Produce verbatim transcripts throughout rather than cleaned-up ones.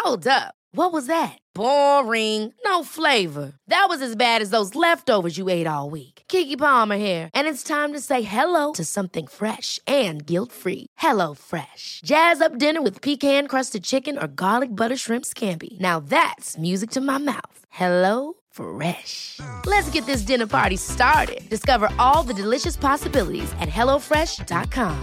Hold up. What was that? Boring. No flavor. That was as bad as those leftovers you ate all week. Keke Palmer here, and it's time to say hello to something fresh and guilt-free. Hello Fresh. Jazz up dinner with pecan-crusted chicken or garlic butter shrimp scampi. Now that's music to my mouth. Hello Fresh. Let's get this dinner party started. Discover all the delicious possibilities at hello fresh dot com.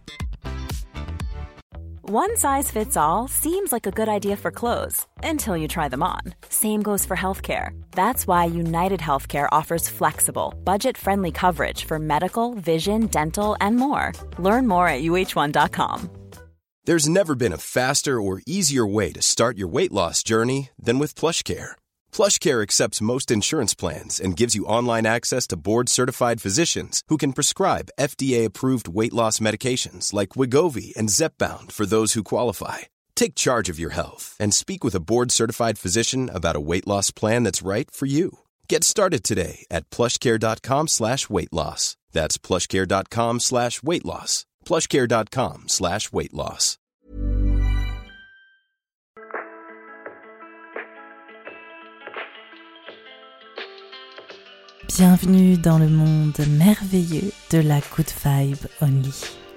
One size fits all seems like a good idea for clothes until you try them on. Same goes for healthcare. That's why United Healthcare offers flexible, budget-friendly coverage for medical, vision, dental, and more. Learn more at U H one dot com. There's never been a faster or easier way to start your weight loss journey than with PlushCare. PlushCare accepts most insurance plans and gives you online access to board-certified physicians who can prescribe F D A-approved weight loss medications like Wegovy and Zepbound for those who qualify. Take charge of your health and speak with a board-certified physician about a weight loss plan that's right for you. Get started today at plushcare.com slash weight loss. That's plushcare.com slash weight loss. plushcare.com slash weight loss. Bienvenue dans le monde merveilleux de la Good Vibe Only.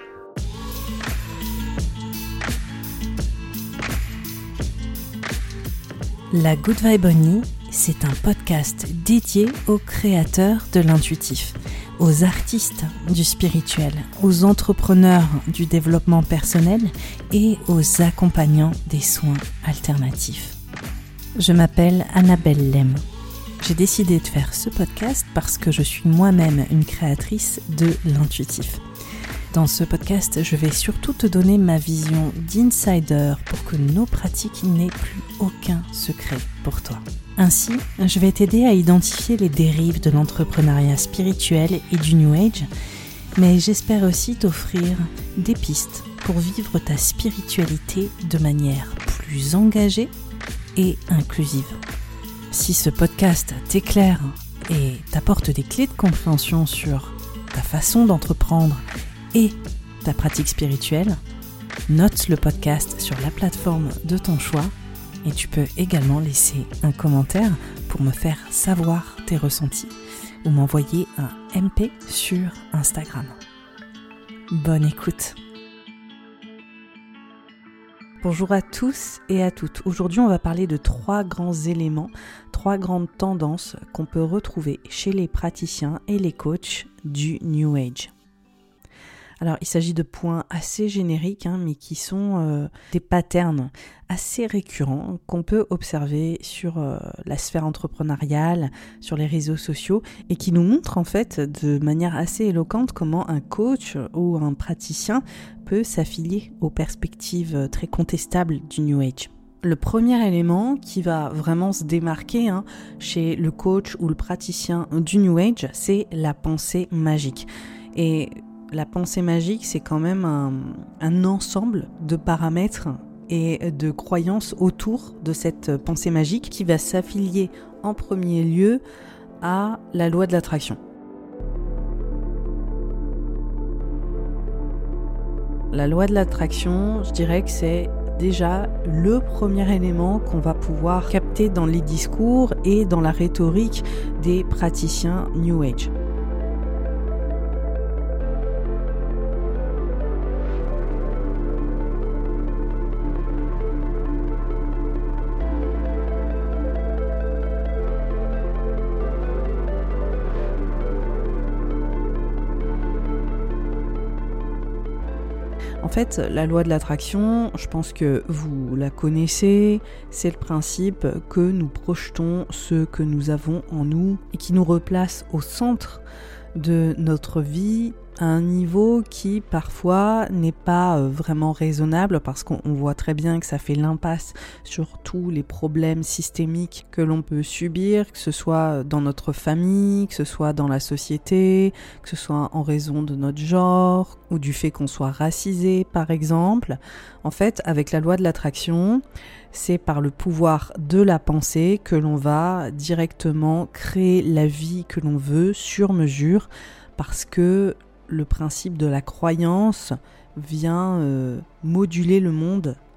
La Good Vibe Only, c'est un podcast dédié aux créateurs de l'intuitif, aux artistes du spirituel, aux entrepreneurs du développement personnel et aux accompagnants des soins alternatifs. Je m'appelle Annabelle Lem. J'ai décidé de faire ce podcast parce que je suis moi-même une créatrice de l'intuitif. Dans ce podcast, je vais surtout te donner ma vision d'insider pour que nos pratiques n'aient plus aucun secret pour toi. Ainsi, je vais t'aider à identifier les dérives de l'entrepreneuriat spirituel et du New Age, mais j'espère aussi t'offrir des pistes pour vivre ta spiritualité de manière plus engagée et inclusive. Si ce podcast t'éclaire et t'apporte des clés de compréhension sur ta façon d'entreprendre et ta pratique spirituelle, note le podcast sur la plateforme de ton choix et tu peux également laisser un commentaire pour me faire savoir tes ressentis ou m'envoyer un M P sur Instagram. Bonne écoute! Bonjour à tous et à toutes. Aujourd'hui, on va parler de trois grands éléments, trois grandes tendances qu'on peut retrouver chez les praticiens et les coachs du New Age. Alors, il s'agit de points assez génériques, hein, mais qui sont euh, des patterns assez récurrents qu'on peut observer sur euh, la sphère entrepreneuriale, sur les réseaux sociaux, et qui nous montrent en fait de manière assez éloquente comment un coach ou un praticien peut s'affilier aux perspectives très contestables du New Age. Le premier élément qui va vraiment se démarquer hein, chez le coach ou le praticien du New Age, c'est la pensée magique. Et la pensée magique, c'est quand même un, un ensemble de paramètres et de croyances autour de cette pensée magique qui va s'affilier en premier lieu à la loi de l'attraction. La loi de l'attraction, je dirais que c'est déjà le premier élément qu'on va pouvoir capter dans les discours et dans la rhétorique des praticiens New Age. En fait, la loi de l'attraction, je pense que vous la connaissez, c'est le principe que nous projetons ce que nous avons en nous et qui nous replace au centre de notre vie à un niveau qui parfois n'est pas vraiment raisonnable parce qu'on voit très bien que ça fait l'impasse sur tous les problèmes systémiques que l'on peut subir, que ce soit dans notre famille, que ce soit dans la société, que ce soit en raison de notre genre ou du fait qu'on soit racisé par exemple. En fait, avec la loi de l'attraction, c'est par le pouvoir de la pensée que l'on va directement créer la vie que l'on veut sur mesure parce que le principe de la croyance vient euh, moduler le monde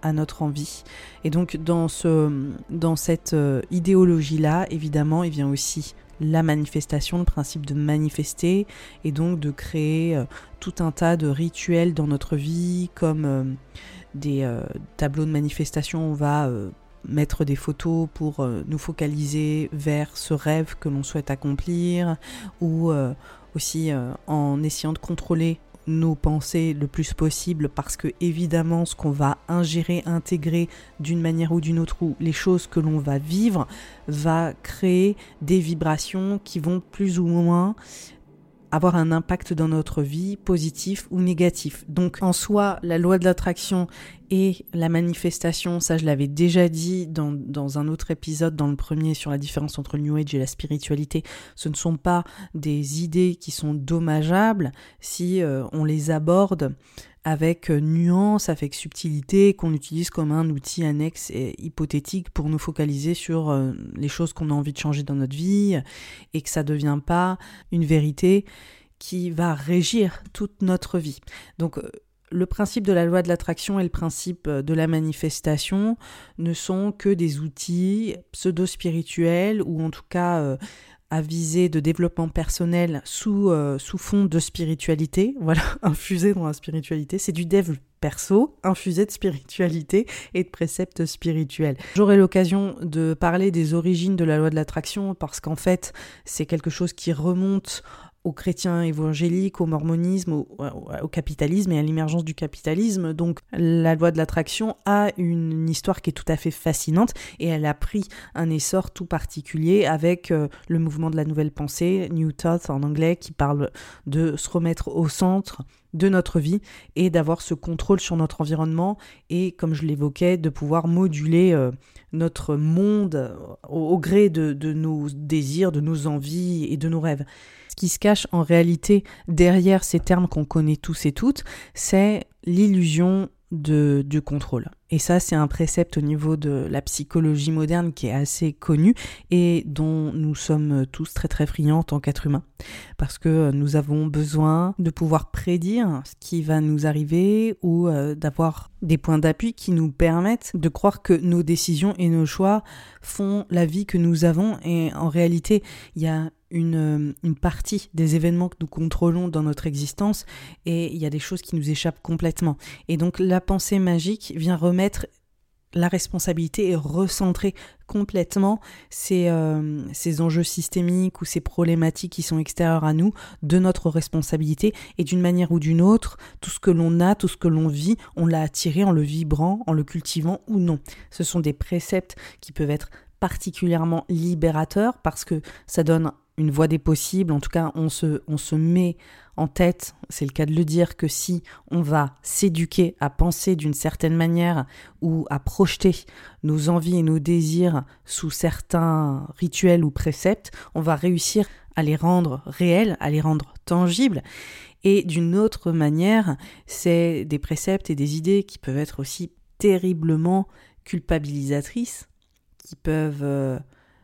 à notre envie. Et donc dans, ce, dans cette euh, idéologie-là, évidemment, il vient aussi la manifestation, le principe de manifester et donc de créer euh, tout un tas de rituels dans notre vie, comme euh, des euh, tableaux de manifestation. On va euh, mettre des photos pour euh, nous focaliser vers ce rêve que l'on souhaite accomplir, ou euh, aussi euh, en essayant de contrôler nos pensées le plus possible, parce que évidemment ce qu'on va ingérer, intégrer d'une manière ou d'une autre, ou les choses que l'on va vivre, va créer des vibrations qui vont plus ou moins avoir un impact dans notre vie, positif ou négatif. Donc en soi, la loi de l'attraction et la manifestation, ça je l'avais déjà dit dans, dans un autre épisode, dans le premier, sur la différence entre le New Age et la spiritualité, ce ne sont pas des idées qui sont dommageables si euh, on les aborde avec nuance, avec subtilité, qu'on utilise comme un outil annexe et hypothétique pour nous focaliser sur euh, les choses qu'on a envie de changer dans notre vie, et que ça ne devient pas une vérité qui va régir toute notre vie. Donc euh, le principe de la loi de l'attraction et le principe de la manifestation ne sont que des outils pseudo-spirituels, ou en tout cas euh, à visée de développement personnel sous, euh, sous fond de spiritualité, voilà, infusé dans la spiritualité. C'est du dev perso, infusé de spiritualité et de préceptes spirituels. J'aurai l'occasion de parler des origines de la loi de l'attraction, parce qu'en fait, c'est quelque chose qui remonte aux chrétiens évangéliques, au mormonisme, au, au capitalisme et à l'émergence du capitalisme. Donc la loi de l'attraction a une histoire qui est tout à fait fascinante, et elle a pris un essor tout particulier avec euh, le mouvement de la nouvelle pensée, New Thought en anglais, qui parle de se remettre au centre de notre vie et d'avoir ce contrôle sur notre environnement, et comme je l'évoquais, de pouvoir moduler euh, notre monde au, au gré de, de nos désirs, de nos envies et de nos rêves. Ce qui se cache en réalité derrière ces termes qu'on connaît tous et toutes, c'est l'illusion de, du contrôle. Et ça, c'est un précepte au niveau de la psychologie moderne qui est assez connu et dont nous sommes tous très très friands en tant qu'êtres humains. Parce que nous avons besoin de pouvoir prédire ce qui va nous arriver, ou euh, d'avoir des points d'appui qui nous permettent de croire que nos décisions et nos choix font la vie que nous avons. Et en réalité, il y a Une, une partie des événements que nous contrôlons dans notre existence, et il y a des choses qui nous échappent complètement. Et donc la pensée magique vient remettre la responsabilité et recentrer complètement ces, euh, ces enjeux systémiques ou ces problématiques qui sont extérieures à nous de notre responsabilité, et d'une manière ou d'une autre, tout ce que l'on a, tout ce que l'on vit, on l'a attiré en le vibrant, en le cultivant ou non. Ce sont des préceptes qui peuvent être particulièrement libérateurs, parce que ça donne une voie des possibles. En tout cas, on se, on se met en tête, c'est le cas de le dire, que si on va s'éduquer à penser d'une certaine manière, ou à projeter nos envies et nos désirs sous certains rituels ou préceptes, on va réussir à les rendre réels, à les rendre tangibles. Et d'une autre manière, c'est des préceptes et des idées qui peuvent être aussi terriblement culpabilisatrices, qui peuvent euh,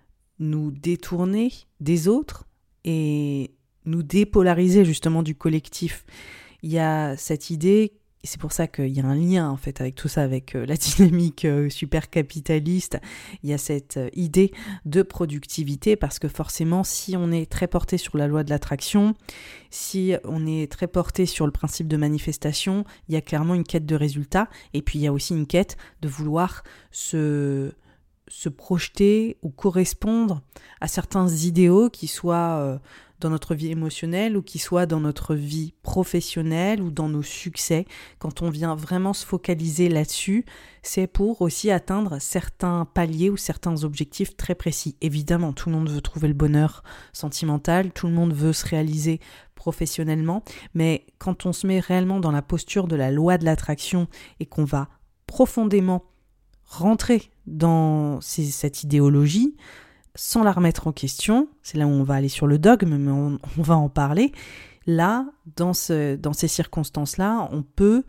nous détourner des autres et nous dépolariser justement du collectif. Il y a cette idée, et c'est pour ça qu'il y a un lien en fait avec tout ça, avec euh, la dynamique euh, super capitaliste, il y a cette euh, idée de productivité, parce que forcément si on est très porté sur la loi de l'attraction, si on est très porté sur le principe de manifestation, il y a clairement une quête de résultats, et puis il y a aussi une quête de vouloir se... se projeter ou correspondre à certains idéaux qui soient euh, dans notre vie émotionnelle, ou qui soient dans notre vie professionnelle, ou dans nos succès. Quand on vient vraiment se focaliser là-dessus, c'est pour aussi atteindre certains paliers ou certains objectifs très précis. Évidemment, tout le monde veut trouver le bonheur sentimental, tout le monde veut se réaliser professionnellement, mais quand on se met réellement dans la posture de la loi de l'attraction et qu'on va profondément rentrer dans ces, cette idéologie sans la remettre en question, c'est là où on va aller sur le dogme, mais on, on va en parler. Là, dans, ce, dans ces circonstances-là, on peut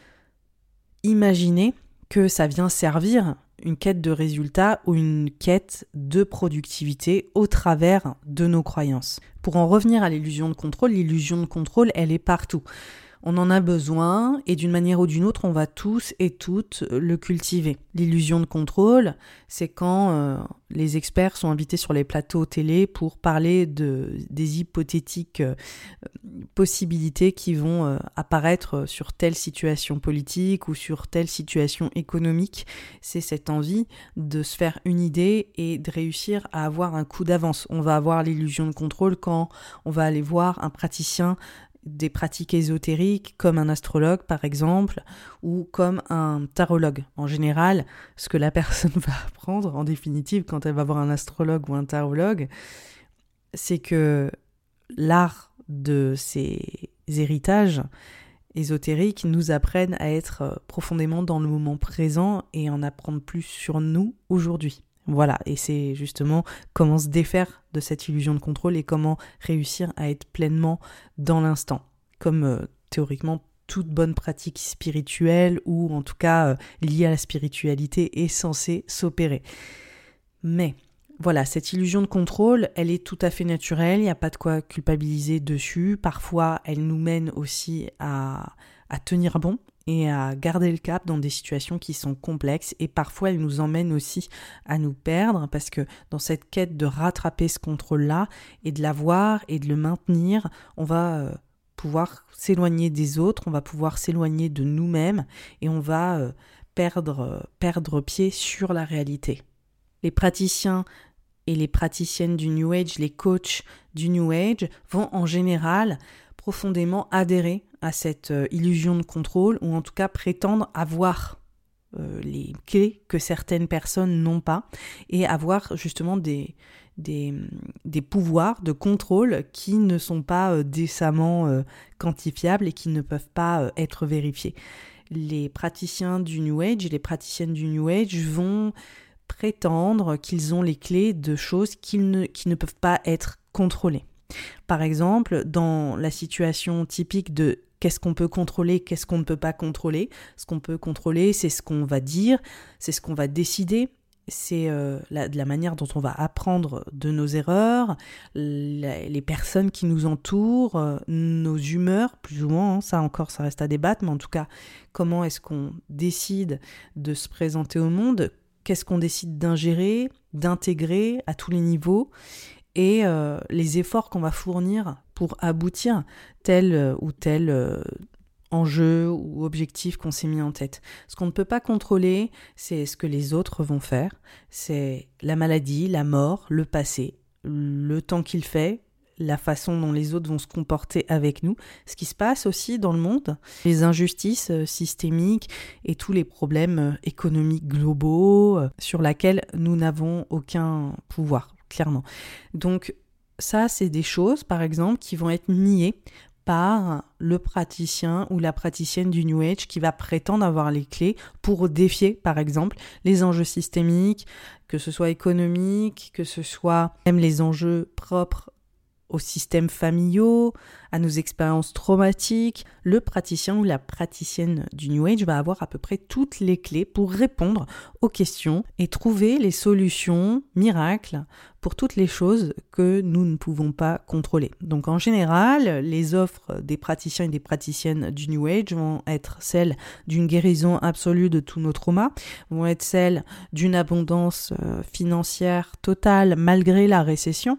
imaginer que ça vient servir une quête de résultats ou une quête de productivité au travers de nos croyances. Pour en revenir à l'illusion de contrôle, l'illusion de contrôle, elle est partout. On en a besoin et d'une manière ou d'une autre, on va tous et toutes le cultiver. L'illusion de contrôle, c'est quand euh, les experts sont invités sur les plateaux télé pour parler de, des hypothétiques euh, possibilités qui vont euh, apparaître sur telle situation politique ou sur telle situation économique. C'est cette envie de se faire une idée et de réussir à avoir un coup d'avance. On va avoir l'illusion de contrôle quand on va aller voir un praticien des pratiques ésotériques comme un astrologue par exemple ou comme un tarologue. En général, ce que la personne va apprendre en définitive quand elle va voir un astrologue ou un tarologue, c'est que l'art de ces héritages ésotériques nous apprennent à être profondément dans le moment présent et en apprendre plus sur nous aujourd'hui. Voilà, et c'est justement comment se défaire de cette illusion de contrôle et comment réussir à être pleinement dans l'instant, comme euh, théoriquement toute bonne pratique spirituelle ou en tout cas euh, liée à la spiritualité est censée s'opérer. Mais voilà, cette illusion de contrôle, elle est tout à fait naturelle, il n'y a pas de quoi culpabiliser dessus. Parfois, elle nous mène aussi à, à tenir bon et à garder le cap dans des situations qui sont complexes. Et parfois, elle nous emmène aussi à nous perdre parce que dans cette quête de rattraper ce contrôle-là et de l'avoir et de le maintenir, on va euh, pouvoir s'éloigner des autres, on va pouvoir s'éloigner de nous-mêmes et on va euh, perdre, euh, perdre pied sur la réalité. Les praticiens et les praticiennes du New Age, les coachs du New Age vont en général profondément adhérer à cette euh, illusion de contrôle ou en tout cas prétendre avoir euh, les clés que certaines personnes n'ont pas et avoir justement des, des, des pouvoirs de contrôle qui ne sont pas euh, décemment euh, quantifiables et qui ne peuvent pas euh, être vérifiés. Les praticiens du New Age et les praticiennes du New Age vont prétendre qu'ils ont les clés de choses qu'ils ne, qui ne peuvent pas être contrôlées. Par exemple, dans la situation typique de qu'est-ce qu'on peut contrôler, qu'est-ce qu'on ne peut pas contrôler, ce qu'on peut contrôler, c'est ce qu'on va dire, c'est ce qu'on va décider, c'est euh, la, de la manière dont on va apprendre de nos erreurs, la, les personnes qui nous entourent, euh, nos humeurs, plus ou moins, hein, ça encore, ça reste à débattre, mais en tout cas, comment est-ce qu'on décide de se présenter au monde, qu'est-ce qu'on décide d'ingérer, d'intégrer à tous les niveaux, et euh, les efforts qu'on va fournir pour aboutir tel euh, ou tel euh, enjeu ou objectif qu'on s'est mis en tête. Ce qu'on ne peut pas contrôler, c'est ce que les autres vont faire, c'est la maladie, la mort, le passé, le temps qu'il fait, la façon dont les autres vont se comporter avec nous, ce qui se passe aussi dans le monde, les injustices systémiques et tous les problèmes économiques globaux sur lesquels nous n'avons aucun pouvoir. Clairement. Donc ça, c'est des choses, par exemple, qui vont être niées par le praticien ou la praticienne du New Age qui va prétendre avoir les clés pour défier, par exemple, les enjeux systémiques, que ce soit économiques, que ce soit même les enjeux propres aux systèmes familiaux, à nos expériences traumatiques. Le praticien ou la praticienne du New Age va avoir à peu près toutes les clés pour répondre aux questions et trouver les solutions miracles pour toutes les choses que nous ne pouvons pas contrôler. Donc en général, les offres des praticiens et des praticiennes du New Age vont être celles d'une guérison absolue de tous nos traumas, vont être celles d'une abondance financière totale malgré la récession,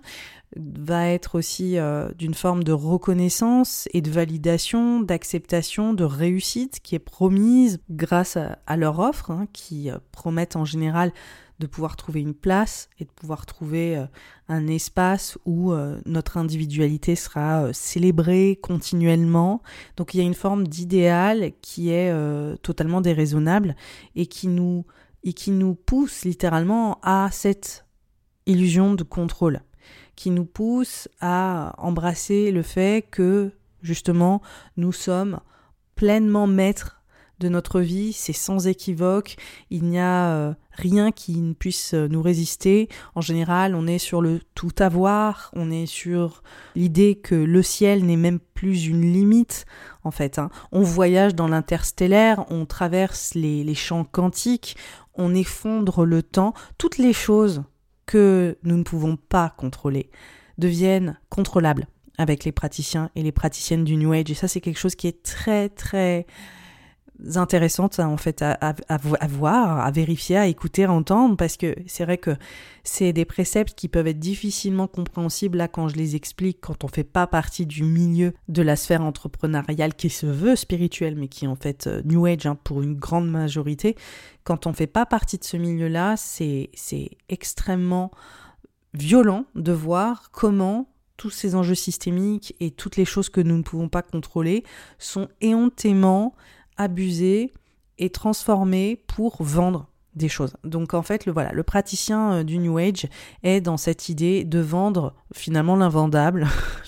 va être aussi euh, d'une forme de reconnaissance et de validation, d'acceptation, de réussite qui est promise grâce à, à leur offre, hein, qui euh, promettent en général de pouvoir trouver une place et de pouvoir trouver euh, un espace où euh, notre individualité sera euh, célébrée continuellement. Donc il y a une forme d'idéal qui est euh, totalement déraisonnable et qui nous, et qui nous pousse littéralement à cette illusion de contrôle, qui nous pousse à embrasser le fait que, justement, nous sommes pleinement maîtres de notre vie, c'est sans équivoque, il n'y a euh, rien qui ne puisse nous résister. En général, on est sur le tout avoir, on est sur l'idée que le ciel n'est même plus une limite, en fait. Hein. On voyage dans l'interstellaire, on traverse les, les champs quantiques, on effondre le temps, toutes les choses que nous ne pouvons pas contrôler deviennent contrôlables avec les praticiens et les praticiennes du New Age. Et ça, c'est quelque chose qui est très, très intéressante en fait à, à, à voir, à vérifier, à écouter, à entendre, parce que c'est vrai que c'est des préceptes qui peuvent être difficilement compréhensibles là quand je les explique, quand on fait pas partie du milieu de la sphère entrepreneuriale qui se veut spirituelle, mais qui est en fait euh, New Age hein, pour une grande majorité. Quand on fait pas partie de ce milieu-là, c'est, c'est extrêmement violent de voir comment tous ces enjeux systémiques et toutes les choses que nous ne pouvons pas contrôler sont éhontément abusés et transformés pour vendre des choses. Donc en fait, le, voilà, le praticien du New Age est dans cette idée de vendre finalement l'invendable,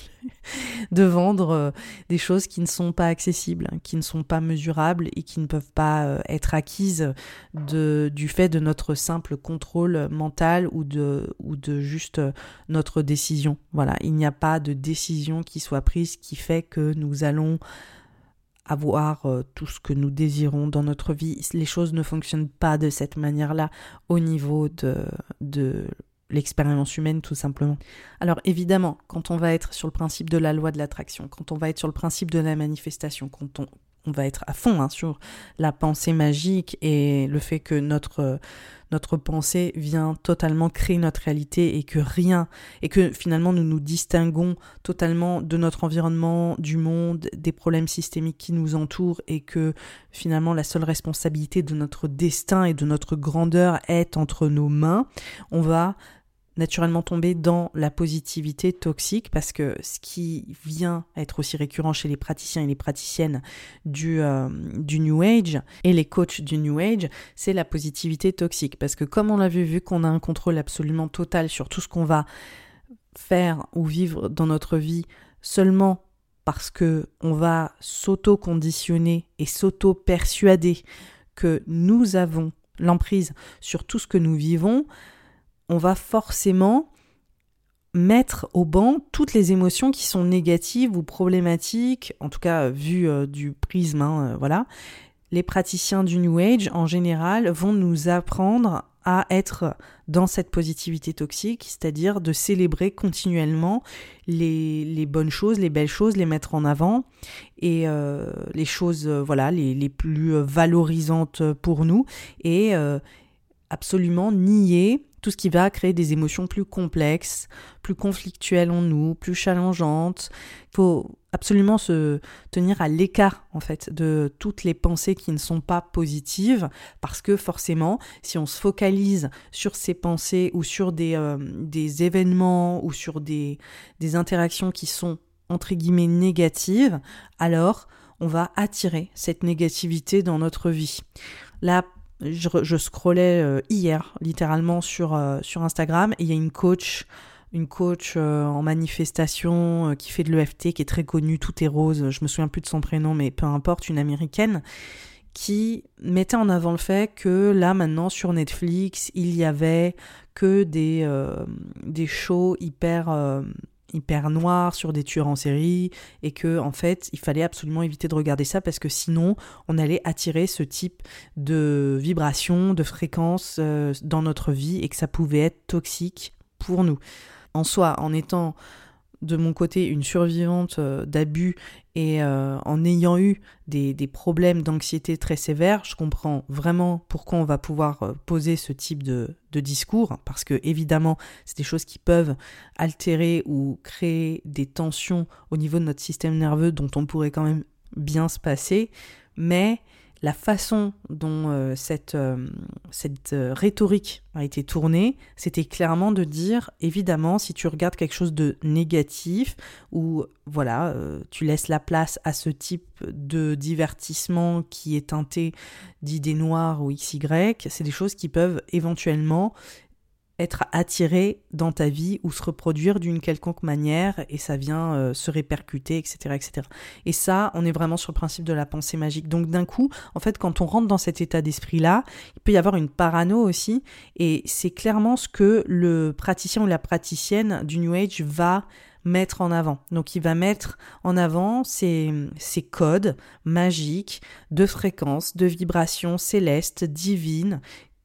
de vendre euh, des choses qui ne sont pas accessibles, qui ne sont pas mesurables et qui ne peuvent pas euh, être acquises de, du fait de notre simple contrôle mental ou de, ou de juste euh, notre décision. Voilà, il n'y a pas de décision qui soit prise qui fait que nous allons avoir euh, tout ce que nous désirons dans notre vie. Les choses ne fonctionnent pas de cette manière-là au niveau de, de l'expérience humaine, tout simplement. Alors évidemment, quand on va être sur le principe de la loi de l'attraction, quand on va être sur le principe de la manifestation, quand on, on va être à fond hein, sur la pensée magique et le fait que notre, notre pensée vient totalement créer notre réalité et que rien, et que finalement nous nous distinguons totalement de notre environnement, du monde, des problèmes systémiques qui nous entourent et que finalement la seule responsabilité de notre destin et de notre grandeur est entre nos mains, on va naturellement tomber dans la positivité toxique parce que ce qui vient être aussi récurrent chez les praticiens et les praticiennes du, euh, du New Age et les coachs du New Age, c'est la positivité toxique. Parce que comme on l'a vu, vu qu'on a un contrôle absolument total sur tout ce qu'on va faire ou vivre dans notre vie seulement parce que on va s'auto-conditionner et s'auto-persuader que nous avons l'emprise sur tout ce que nous vivons, on va forcément mettre au banc toutes les émotions qui sont négatives ou problématiques, en tout cas vu euh, du prisme, hein, euh, voilà. Les praticiens du New Age, en général, vont nous apprendre à être dans cette positivité toxique, c'est-à-dire de célébrer continuellement les, les bonnes choses, les belles choses, les mettre en avant, et euh, les choses euh, voilà, les, les plus valorisantes pour nous, et euh, absolument nier tout ce qui va créer des émotions plus complexes, plus conflictuelles en nous, plus challengeantes. Il faut absolument se tenir à l'écart, en fait, de toutes les pensées qui ne sont pas positives, parce que forcément, si on se focalise sur ces pensées ou sur des, euh, des événements ou sur des, des interactions qui sont, entre guillemets, négatives, alors on va attirer cette négativité dans notre vie. Là, Je, je scrollais euh, hier littéralement sur, euh, sur Instagram et il y a une coach, une coach euh, en manifestation euh, qui fait de l'E F T, qui est très connue, tout est rose, je me souviens plus de son prénom mais peu importe, une américaine, qui mettait en avant le fait que là maintenant sur Netflix il y avait que des, euh, des shows hyper... Euh, hyper noir sur des tueurs en série et que en fait il fallait absolument éviter de regarder ça parce que sinon on allait attirer ce type de vibrations, de fréquences euh, dans notre vie et que ça pouvait être toxique pour nous. En soi, en étant de mon côté une survivante euh, d'abus et euh, en ayant eu des, des problèmes d'anxiété très sévères, je comprends vraiment pourquoi on va pouvoir euh, poser ce type de, de discours, parce que évidemment c'est des choses qui peuvent altérer ou créer des tensions au niveau de notre système nerveux dont on pourrait quand même bien se passer, mais la façon dont euh, cette, euh, cette euh, rhétorique a été tournée, c'était clairement de dire, évidemment, si tu regardes quelque chose de négatif, ou voilà, euh, tu laisses la place à ce type de divertissement qui est teinté d'idées noires ou X Y, c'est des choses qui peuvent éventuellement être attiré dans ta vie ou se reproduire d'une quelconque manière et ça vient euh, se répercuter, et cetera, et cetera. Et ça, on est vraiment sur le principe de la pensée magique. Donc d'un coup, en fait, quand on rentre dans cet état d'esprit-là, il peut y avoir une parano aussi et c'est clairement ce que le praticien ou la praticienne du New Age va mettre en avant. Donc il va mettre en avant ces, ces codes magiques de fréquences, de vibrations célestes, divines,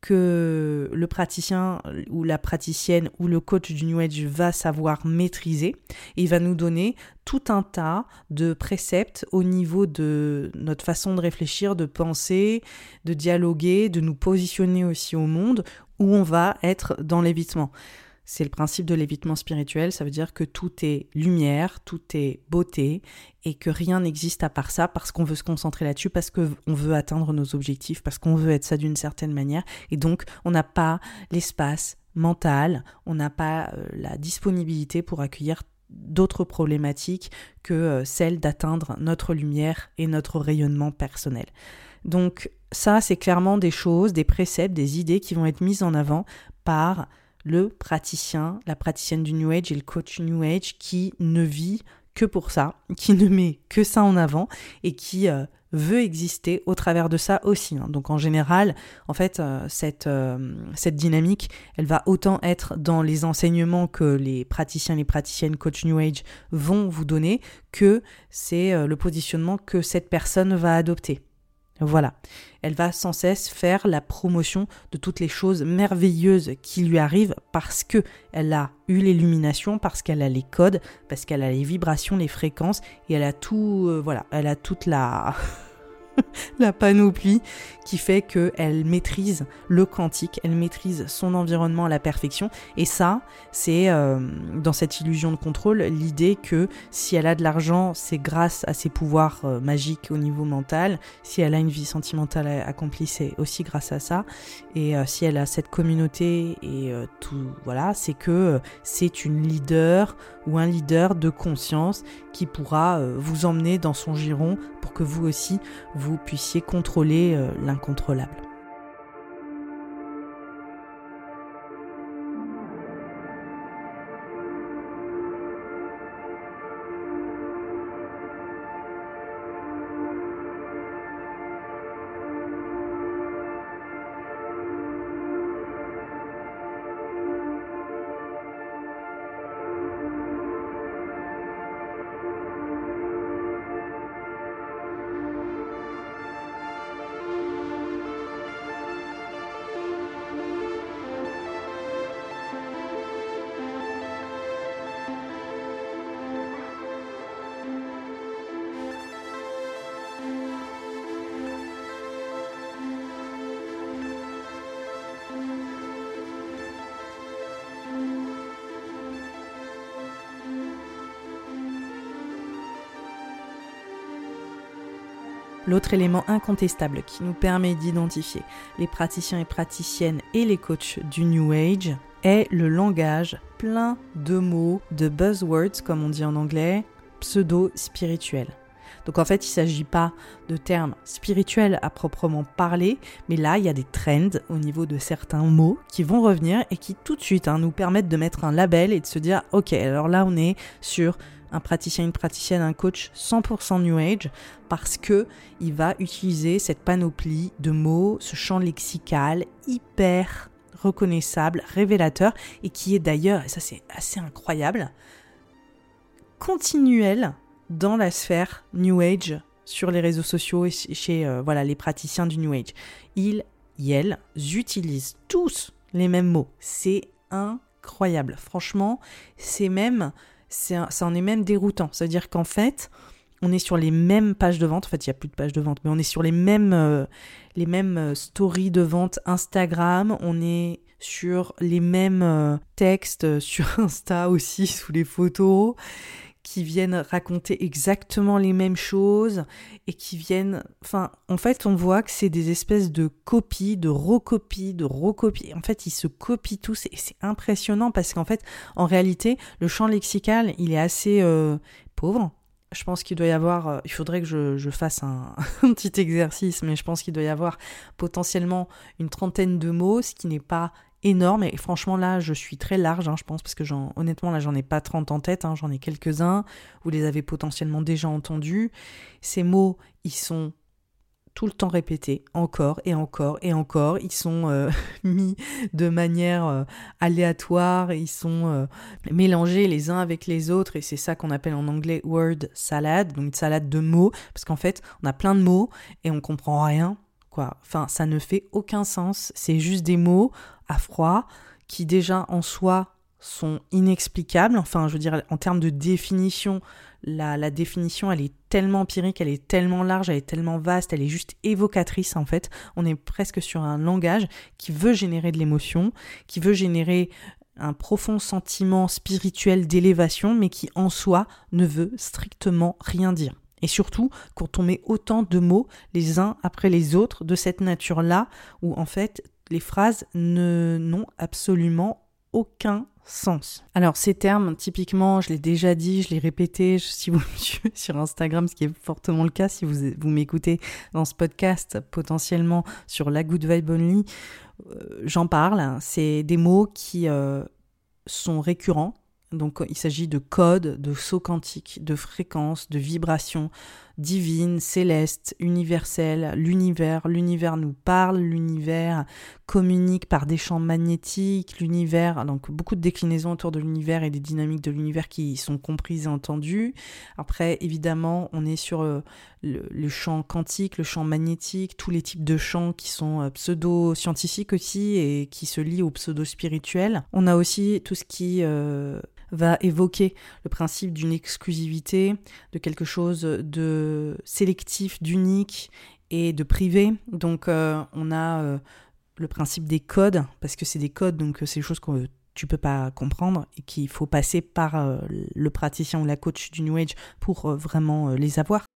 que le praticien ou la praticienne ou le coach du New Age va savoir maîtriser. Il va nous donner tout un tas de préceptes au niveau de notre façon de réfléchir, de penser, de dialoguer, de nous positionner aussi au monde où on va être dans l'évitement. C'est le principe de l'évitement spirituel, ça veut dire que tout est lumière, tout est beauté et que rien n'existe à part ça parce qu'on veut se concentrer là-dessus, parce qu'on veut atteindre nos objectifs, parce qu'on veut être ça d'une certaine manière et donc on n'a pas l'espace mental, on n'a pas euh, la disponibilité pour accueillir d'autres problématiques que euh, celle d'atteindre notre lumière et notre rayonnement personnel. Donc ça, c'est clairement des choses, des préceptes, des idées qui vont être mises en avant par le praticien, la praticienne du New Age et le coach New Age qui ne vit que pour ça, qui ne met que ça en avant et qui euh, veut exister au travers de ça aussi. Hein. Donc en général, en fait, euh, cette, euh, cette dynamique, elle va autant être dans les enseignements que les praticiens, les praticiennes coach New Age vont vous donner que c'est euh, le positionnement que cette personne va adopter. Voilà, elle va sans cesse faire la promotion de toutes les choses merveilleuses qui lui arrivent parce que elle a eu l'illumination, parce qu'elle a les codes, parce qu'elle a les vibrations, les fréquences et elle a tout, euh, voilà, elle a toute la la panoplie qui fait qu'elle maîtrise le quantique, elle maîtrise son environnement à la perfection et ça, c'est euh, dans cette illusion de contrôle, l'idée que si elle a de l'argent, c'est grâce à ses pouvoirs euh, magiques au niveau mental, si elle a une vie sentimentale accomplie, c'est aussi grâce à ça et euh, si elle a cette communauté et euh, tout, voilà, c'est que euh, c'est une leader ou un leader de conscience qui pourra euh, vous emmener dans son giron pour que vous aussi, vous puissiez contrôler euh, l'incontrôlable. L'autre élément incontestable qui nous permet d'identifier les praticiens et praticiennes et les coachs du New Age est le langage plein de mots, de buzzwords comme on dit en anglais, pseudo-spirituels. Donc en fait, il ne s'agit pas de termes spirituels à proprement parler, mais là, il y a des trends au niveau de certains mots qui vont revenir et qui tout de suite hein, nous permettent de mettre un label et de se dire « Ok, alors là, on est sur un praticien, une praticienne, un coach cent pour cent New Age parce que il va utiliser cette panoplie de mots, ce champ lexical hyper reconnaissable, révélateur et qui est d'ailleurs, et ça c'est assez incroyable, continuel dans la sphère New Age sur les réseaux sociaux et chez euh, voilà, les praticiens du New Age. Ils et elles utilisent tous les mêmes mots. C'est incroyable. Franchement, c'est même... C'est un, ça en est même déroutant. C'est-à-dire qu'en fait, on est sur les mêmes pages de vente. En fait, il n'y a plus de pages de vente, mais on est sur les mêmes, euh, les mêmes stories de vente Instagram. On est sur les mêmes euh, textes sur Insta aussi, sous les photos, qui viennent raconter exactement les mêmes choses et qui viennent... Enfin, en fait, on voit que c'est des espèces de copies, de recopies, de recopies. En fait, ils se copient tous et c'est impressionnant parce qu'en fait, en réalité, le champ lexical, il est assez euh, pauvre. Je pense qu'il doit y avoir... Euh, il faudrait que je, je fasse un, un petit exercice, mais je pense qu'il doit y avoir potentiellement une trentaine de mots, ce qui n'est pas... énorme et franchement là je suis très large hein, je pense parce que j'en, honnêtement là j'en ai pas trente en tête hein, j'en ai quelques-uns, vous les avez potentiellement déjà entendus. Ces mots ils sont tout le temps répétés encore et encore et encore, ils sont euh, mis de manière euh, aléatoire, ils sont euh, mélangés les uns avec les autres et c'est ça qu'on appelle en anglais word salad, donc une salade de mots parce qu'en fait on a plein de mots et on comprend rien quoi. Enfin, ça ne fait aucun sens. C'est juste des mots à froid qui déjà en soi sont inexplicables. Enfin, je veux dire, en termes de définition, la, la définition, elle est tellement empirique, elle est tellement large, elle est tellement vaste, elle est juste évocatrice en fait. On est presque sur un langage qui veut générer de l'émotion, qui veut générer un profond sentiment spirituel d'élévation, mais qui en soi ne veut strictement rien dire. Et surtout, quand on met autant de mots les uns après les autres de cette nature-là, où en fait, les phrases ne, n'ont absolument aucun sens. Alors ces termes, typiquement, je l'ai déjà dit, je l'ai répété, si vous me suivez sur Instagram, ce qui est fortement le cas, si vous, vous m'écoutez dans ce podcast, potentiellement sur la Good Vibe Only, euh, j'en parle, c'est des mots qui euh, sont récurrents. Donc il s'agit de codes, de sauts quantiques, de fréquences, de vibrations divines, célestes, universelles, l'univers. L'univers nous parle, l'univers communique par des champs magnétiques, l'univers, donc beaucoup de déclinaisons autour de l'univers et des dynamiques de l'univers qui sont comprises et entendues. Après, évidemment, on est sur euh, le, le champ quantique, le champ magnétique, tous les types de champs qui sont euh, pseudo-scientifiques aussi et qui se lient au pseudo-spirituel. On a aussi tout ce qui... Euh, va évoquer le principe d'une exclusivité, de quelque chose de sélectif, d'unique et de privé. Donc euh, on a euh, le principe des codes, parce que c'est des codes, donc c'est des choses que tu peux pas comprendre et qu'il faut passer par euh, le praticien ou la coach du New Age pour euh, vraiment euh, les avoir.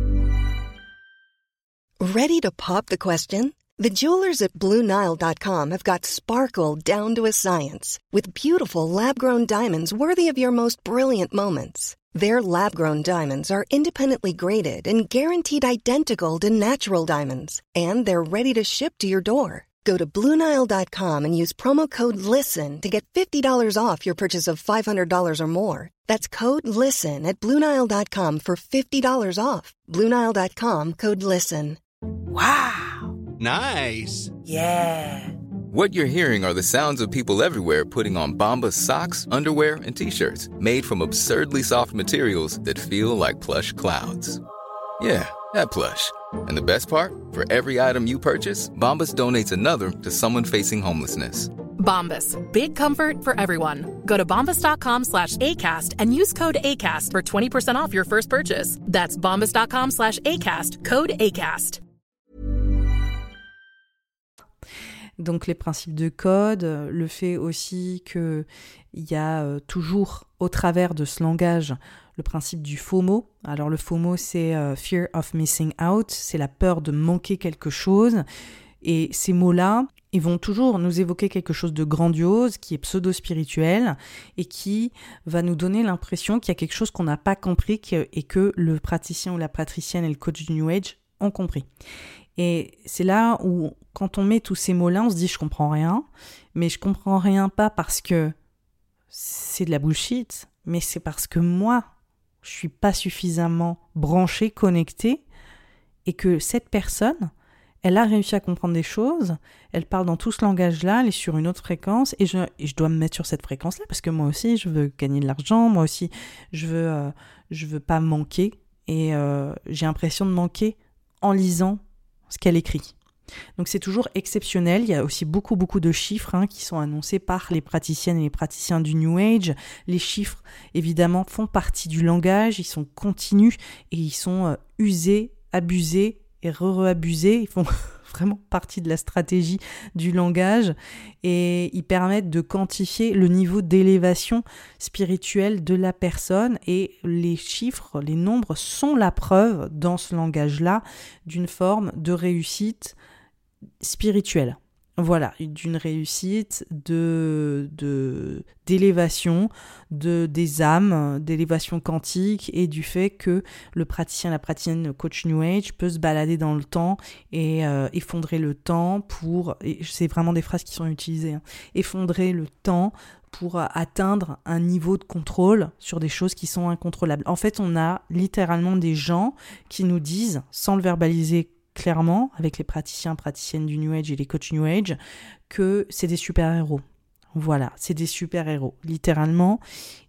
Ready to pop the question? The jewelers at Blue Nile dot com have got sparkle down to a science with beautiful lab-grown diamonds worthy of your most brilliant moments. Their lab-grown diamonds are independently graded and guaranteed identical to natural diamonds, and they're ready to ship to your door. Go to Blue Nile dot com and use promo code LISTEN to get fifty dollars off your purchase of five hundred dollars or more. That's code LISTEN at Blue Nile dot com for fifty dollars off. Blue Nile dot com, code LISTEN. Wow! Nice! Yeah! What you're hearing are the sounds of people everywhere putting on Bombas socks, underwear, and T-shirts made from absurdly soft materials that feel like plush clouds. Yeah, that plush. And the best part? For every item you purchase, Bombas donates another to someone facing homelessness. Bombas. Big comfort for everyone. Go to bombas.com slash ACAST and use code ACAST for twenty percent off your first purchase. That's bombas.com slash ACAST. Code ACAST. Donc les principes de code, le fait aussi qu'il y a euh, toujours au travers de ce langage le principe du FOMO. Alors le FOMO, c'est euh, Fear of Missing Out, c'est la peur de manquer quelque chose. Et ces mots-là, ils vont toujours nous évoquer quelque chose de grandiose, qui est pseudo-spirituel, et qui va nous donner l'impression qu'il y a quelque chose qu'on n'a pas compris que, et que le praticien ou la praticienne et le coach du New Age ont compris. Et c'est là où, quand on met tous ces mots-là, on se dit « je comprends rien », mais je comprends rien pas parce que c'est de la bullshit, mais c'est parce que moi, je suis pas suffisamment branchée, connectée, et que cette personne, elle a réussi à comprendre des choses, elle parle dans tout ce langage-là, elle est sur une autre fréquence, et je, et je dois me mettre sur cette fréquence-là, parce que moi aussi, je veux gagner de l'argent, moi aussi, je veux, euh, je veux pas manquer, et euh, j'ai l'impression de manquer en lisant ce qu'elle écrit. Donc c'est toujours exceptionnel, il y a aussi beaucoup beaucoup de chiffres hein, qui sont annoncés par les praticiennes et les praticiens du New Age. Les chiffres évidemment font partie du langage, ils sont continus et ils sont euh, usés, abusés et re-re-abusés, ils font vraiment partie de la stratégie du langage et ils permettent de quantifier le niveau d'élévation spirituelle de la personne et les chiffres, les nombres sont la preuve dans ce langage-là d'une forme de réussite spirituelle. Voilà, d'une réussite de, de, d'élévation de, des âmes, d'élévation quantique et du fait que le praticien, la praticienne, le coach New Age peut se balader dans le temps et euh, effondrer le temps pour, et c'est vraiment des phrases qui sont utilisées, hein, effondrer le temps pour atteindre un niveau de contrôle sur des choses qui sont incontrôlables. En fait, on a littéralement des gens qui nous disent, sans le verbaliser clairement, avec les praticiens, praticiennes du New Age et les coachs New Age, que c'est des super-héros. Voilà, c'est des super-héros, littéralement.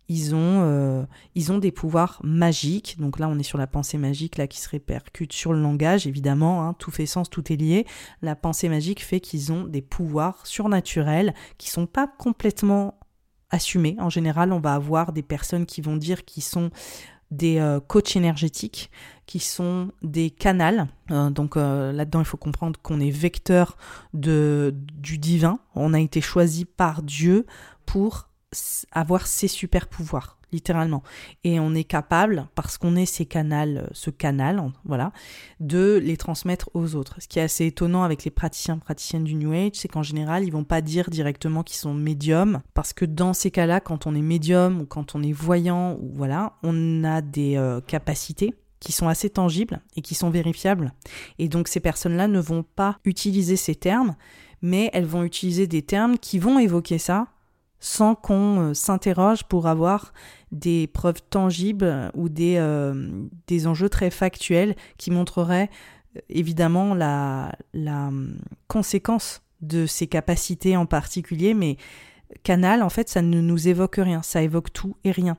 ils ont, euh, ils ont des pouvoirs magiques. Donc là, on est sur la pensée magique là, qui se répercute sur le langage, évidemment. Hein, tout fait sens, tout est lié. La pensée magique fait qu'ils ont des pouvoirs surnaturels qui ne sont pas complètement assumés. En général, on va avoir des personnes qui vont dire qu'ils sont des euh, coachs énergétiques, qui sont des canals. Euh, donc euh, là-dedans, il faut comprendre qu'on est vecteur de, du divin. On a été choisi par Dieu pour avoir ces super pouvoirs, littéralement. Et on est capable, parce qu'on est ces canals, ce canal, voilà, de les transmettre aux autres. Ce qui est assez étonnant avec les praticiens, praticiennes du New Age, c'est qu'en général, ils vont pas dire directement qu'ils sont médiums, parce que dans ces cas-là, quand on est médium ou quand on est voyant, ou voilà, on a des euh, capacités qui sont assez tangibles et qui sont vérifiables. Et donc, ces personnes-là ne vont pas utiliser ces termes, mais elles vont utiliser des termes qui vont évoquer ça, sans qu'on euh, s'interroge pour avoir des preuves tangibles ou des, euh, des enjeux très factuels qui montreraient euh, évidemment la, la euh, conséquence de ces capacités en particulier, mais canal, en fait, ça ne nous évoque rien, ça évoque tout et rien.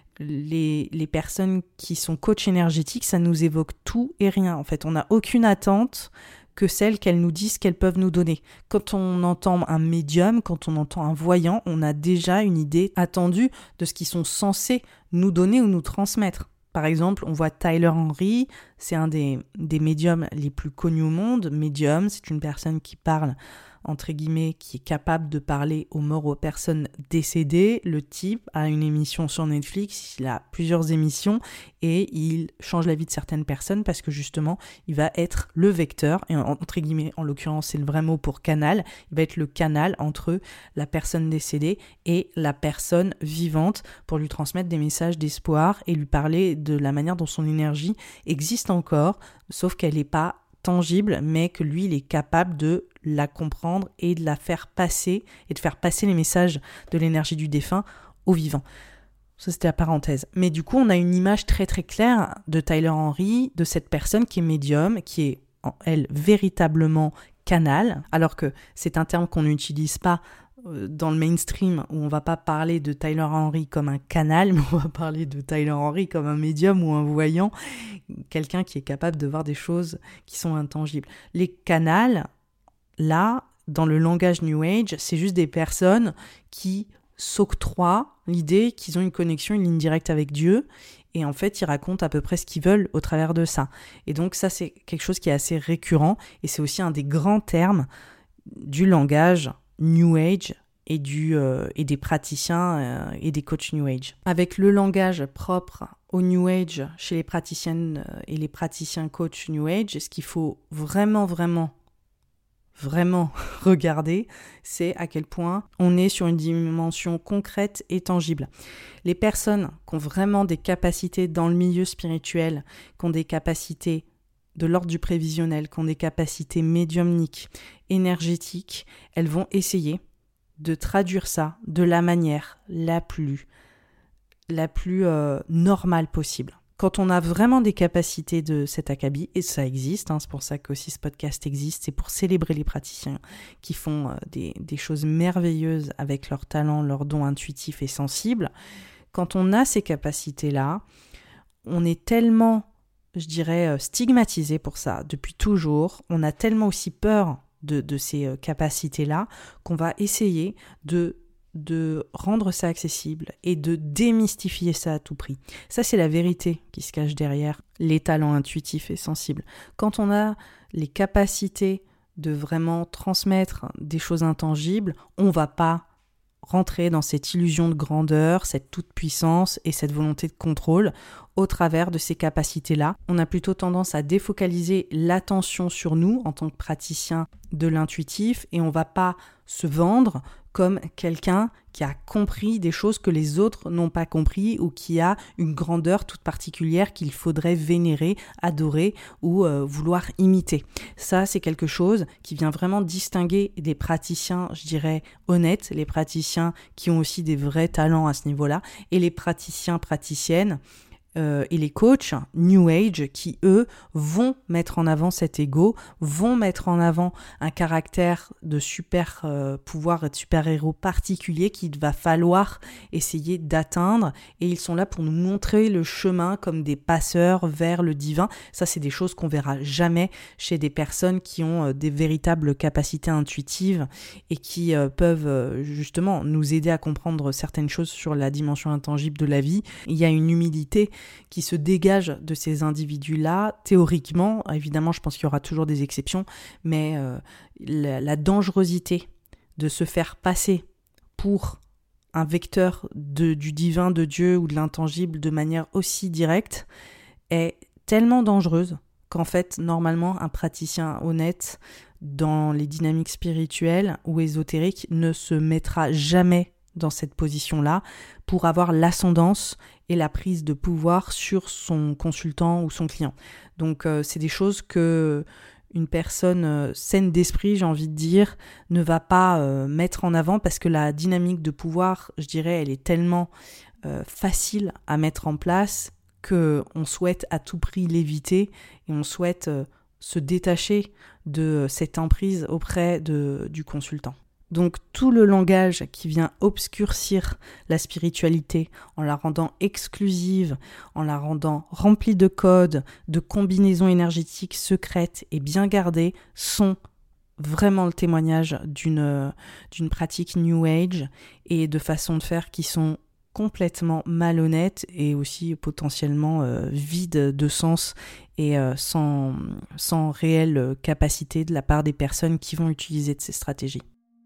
Les, les personnes qui sont coachs énergétiques, ça nous évoque tout et rien. En fait, on n'a aucune attente que celles qu'elles nous disent qu'elles peuvent nous donner. Quand on entend un médium, quand on entend un voyant, on a déjà une idée attendue de ce qu'ils sont censés nous donner ou nous transmettre. Par exemple, on voit Tyler Henry, c'est un des, des médiums les plus connus au monde. Médium, c'est une personne qui parle, entre guillemets, qui est capable de parler aux morts, aux personnes décédées. Le type a une émission sur Netflix, il a plusieurs émissions et il change la vie de certaines personnes parce que justement, il va être le vecteur, et entre guillemets, en l'occurrence, c'est le vrai mot pour canal, il va être le canal entre la personne décédée et la personne vivante pour lui transmettre des messages d'espoir et lui parler de la manière dont son énergie existe encore, sauf qu'elle n'est pas tangible, mais que lui, il est capable de la comprendre et de la faire passer, et de faire passer les messages de l'énergie du défunt au vivant. Ça, c'était la parenthèse. Mais du coup, on a une image très très claire de Tyler Henry, de cette personne qui est médium, qui est, elle, véritablement canal, alors que c'est un terme qu'on n'utilise pas dans le mainstream, où on va pas parler de Tyler Henry comme un canal, mais on va parler de Tyler Henry comme un médium ou un voyant, quelqu'un qui est capable de voir des choses qui sont intangibles. Les canals, là, dans le langage New Age, c'est juste des personnes qui s'octroient l'idée qu'ils ont une connexion, une ligne directe avec Dieu, et en fait, ils racontent à peu près ce qu'ils veulent au travers de ça. Et donc ça, c'est quelque chose qui est assez récurrent, et c'est aussi un des grands termes du langage New Age et, du, euh, et des praticiens euh, et des coachs New Age. Avec le langage propre au New Age chez les praticiennes et les praticiens coachs New Age, ce qu'il faut vraiment, vraiment, vraiment regarder, c'est à quel point on est sur une dimension concrète et tangible. Les personnes qui ont vraiment des capacités dans le milieu spirituel, qui ont des capacités de l'ordre du prévisionnel, qui ont des capacités médiumniques, énergétiques, elles vont essayer de traduire ça de la manière la plus, la plus euh, normale possible. Quand on a vraiment des capacités de cet acabit, et ça existe, hein, c'est pour ça qu'aussi ce podcast existe, c'est pour célébrer les praticiens qui font euh, des, des choses merveilleuses avec leurs talents, leurs dons intuitifs et sensibles. Quand on a ces capacités-là, on est tellement, je dirais, stigmatisé pour ça depuis toujours. On a tellement aussi peur de, de ces capacités-là qu'on va essayer de, de rendre ça accessible et de démystifier ça à tout prix. Ça, c'est la vérité qui se cache derrière les talents intuitifs et sensibles. Quand on a les capacités de vraiment transmettre des choses intangibles, on ne va pas rentrer dans cette illusion de grandeur, cette toute-puissance et cette volonté de contrôle au travers de ces capacités-là. On a plutôt tendance à défocaliser l'attention sur nous en tant que praticien de l'intuitif et on ne va pas se vendre comme quelqu'un qui a compris des choses que les autres n'ont pas compris ou qui a une grandeur toute particulière qu'il faudrait vénérer, adorer ou euh, vouloir imiter. Ça, c'est quelque chose qui vient vraiment distinguer des praticiens, je dirais, honnêtes, les praticiens qui ont aussi des vrais talents à ce niveau-là, et les praticiens, praticiennes euh, et les coachs New Age qui, eux, vont mettre en avant cet ego, vont mettre en avant un caractère de super euh, pouvoir et de super-héros particulier qu'il va falloir essayer d'atteindre. Et ils sont là pour nous montrer le chemin comme des passeurs vers le divin. Ça, c'est des choses qu'on verra jamais chez des personnes qui ont euh, des véritables capacités intuitives et qui euh, peuvent euh, justement nous aider à comprendre certaines choses sur la dimension intangible de la vie. Il y a une humilité qui se dégage de ces individus-là, théoriquement. Évidemment, je pense qu'il y aura toujours des exceptions, mais euh, la, la dangerosité de se faire passer pour un vecteur de, du divin, de Dieu ou de l'intangible de manière aussi directe est tellement dangereuse qu'en fait, normalement, un praticien honnête dans les dynamiques spirituelles ou ésotériques ne se mettra jamais dans cette position-là pour avoir l'ascendance et la prise de pouvoir sur son consultant ou son client. Donc, euh, c'est des choses que une personne euh, saine d'esprit, j'ai envie de dire, ne va pas euh, mettre en avant parce que la dynamique de pouvoir, je dirais, elle est tellement euh, facile à mettre en place qu'on souhaite à tout prix l'éviter et on souhaite euh, se détacher de cette emprise auprès de, du consultant. Donc tout le langage qui vient obscurcir la spiritualité en la rendant exclusive, en la rendant remplie de codes, de combinaisons énergétiques secrètes et bien gardées sont vraiment le témoignage d'une, d'une pratique New Age et de façons de faire qui sont complètement malhonnêtes et aussi potentiellement euh, vides de sens et euh, sans, sans réelle capacité de la part des personnes qui vont utiliser de ces stratégies.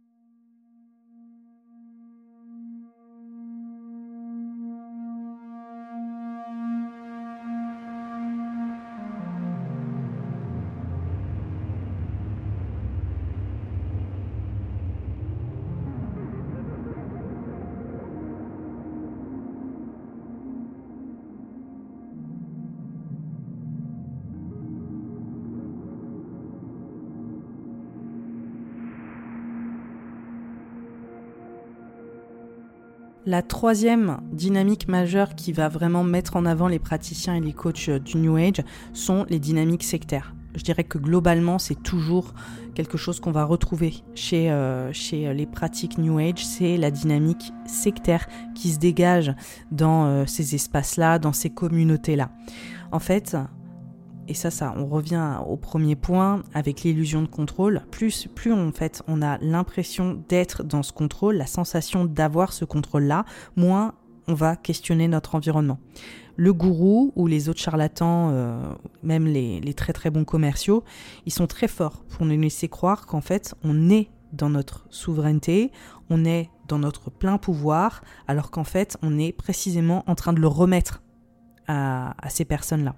La troisième dynamique majeure qui va vraiment mettre en avant les praticiens et les coachs du New Age sont les dynamiques sectaires. Je dirais que globalement, c'est toujours quelque chose qu'on va retrouver chez, euh, chez les pratiques New Age, c'est la dynamique sectaire qui se dégage dans euh, ces espaces-là, dans ces communautés-là. En fait, et ça, ça, on revient au premier point avec l'illusion de contrôle. Plus, plus en fait, on a l'impression d'être dans ce contrôle, la sensation d'avoir ce contrôle-là, moins on va questionner notre environnement. Le gourou ou les autres charlatans, euh, même les, les très très bons commerciaux, ils sont très forts pour nous laisser croire qu'en fait, on est dans notre souveraineté, on est dans notre plein pouvoir, alors qu'en fait, on est précisément en train de le remettre à, à ces personnes-là.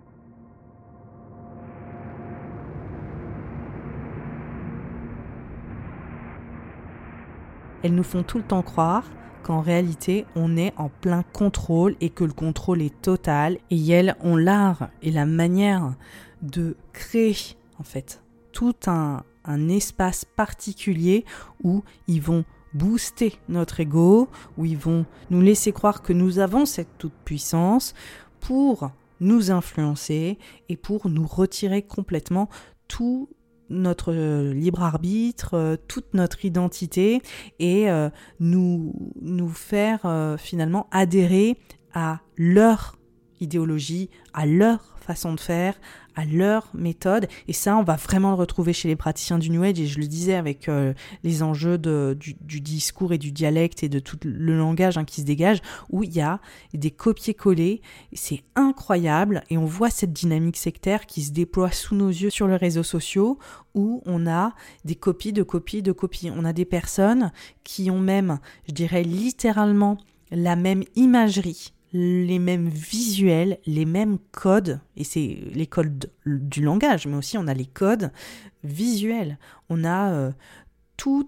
Elles nous font tout le temps croire qu'en réalité, on est en plein contrôle et que le contrôle est total. Et elles ont l'art et la manière de créer, en fait, tout un, un espace particulier où ils vont booster notre ego, où ils vont nous laisser croire que nous avons cette toute-puissance pour nous influencer et pour nous retirer complètement tout notre euh, libre arbitre, euh, toute notre identité et euh, nous, nous faire euh, finalement adhérer à leur idéologie, à leur façon de faire, à leur méthode. Et ça, on va vraiment le retrouver chez les praticiens du New Age. Et je le disais avec euh, les enjeux de, du, du discours et du dialecte et de tout le langage hein, qui se dégage, où il y a des copier-coller. C'est incroyable. Et on voit cette dynamique sectaire qui se déploie sous nos yeux sur les réseaux sociaux, où on a des copies de copies de copies. On a des personnes qui ont même, je dirais littéralement, la même imagerie, les mêmes visuels, les mêmes codes, et c'est les codes du langage, mais aussi on a les codes visuels. On a euh, tout, tous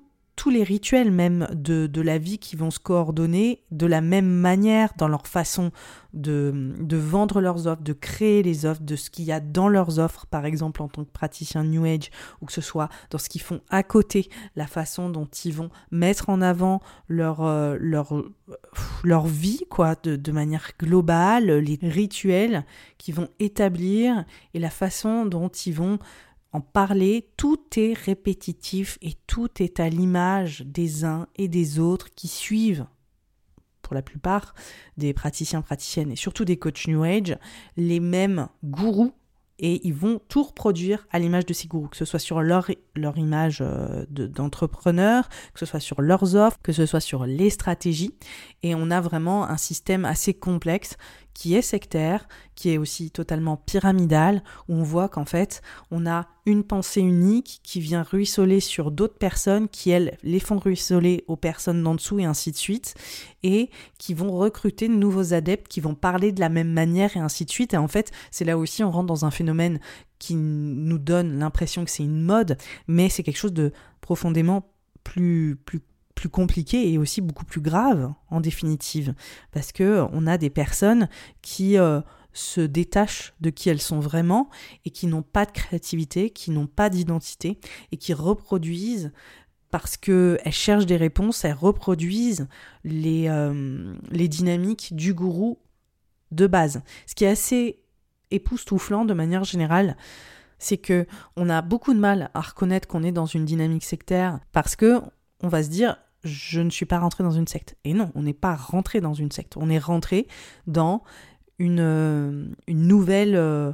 tous les rituels même de, de la vie qui vont se coordonner de la même manière dans leur façon de, de vendre leurs offres, de créer les offres, de ce qu'il y a dans leurs offres, par exemple en tant que praticien New Age, ou que ce soit dans ce qu'ils font à côté, la façon dont ils vont mettre en avant leur, euh, leur, euh, leur vie, quoi, de, de manière globale, les rituels qu'ils vont établir et la façon dont ils vont en parler. Tout est répétitif et tout est à l'image des uns et des autres qui suivent, pour la plupart des praticiens, praticiennes et surtout des coachs New Age, les mêmes gourous, et ils vont tout reproduire à l'image de ces gourous, que ce soit sur leur, leur image de, d'entrepreneur, que ce soit sur leurs offres, que ce soit sur les stratégies. Et on a vraiment un système assez complexe qui est sectaire, qui est aussi totalement pyramidal, où on voit qu'en fait, on a une pensée unique qui vient ruisseler sur d'autres personnes, qui, elles, les font ruisseler aux personnes d'en dessous, et ainsi de suite, et qui vont recruter de nouveaux adeptes, qui vont parler de la même manière, et ainsi de suite. Et en fait, c'est là aussi, on rentre dans un phénomène qui nous donne l'impression que c'est une mode, mais c'est quelque chose de profondément plus, plus plus compliqué et aussi beaucoup plus grave en définitive, parce que on a des personnes qui euh, se détachent de qui elles sont vraiment et qui n'ont pas de créativité, qui n'ont pas d'identité et qui reproduisent parce qu'elles cherchent des réponses, elles reproduisent les, euh, les dynamiques du gourou de base. Ce qui est assez époustouflant de manière générale, c'est que on a beaucoup de mal à reconnaître qu'on est dans une dynamique sectaire parce que on va se dire je ne suis pas rentré dans une secte. Et non, on n'est pas rentré dans une secte. On est rentré dans une, euh, une nouvelle euh,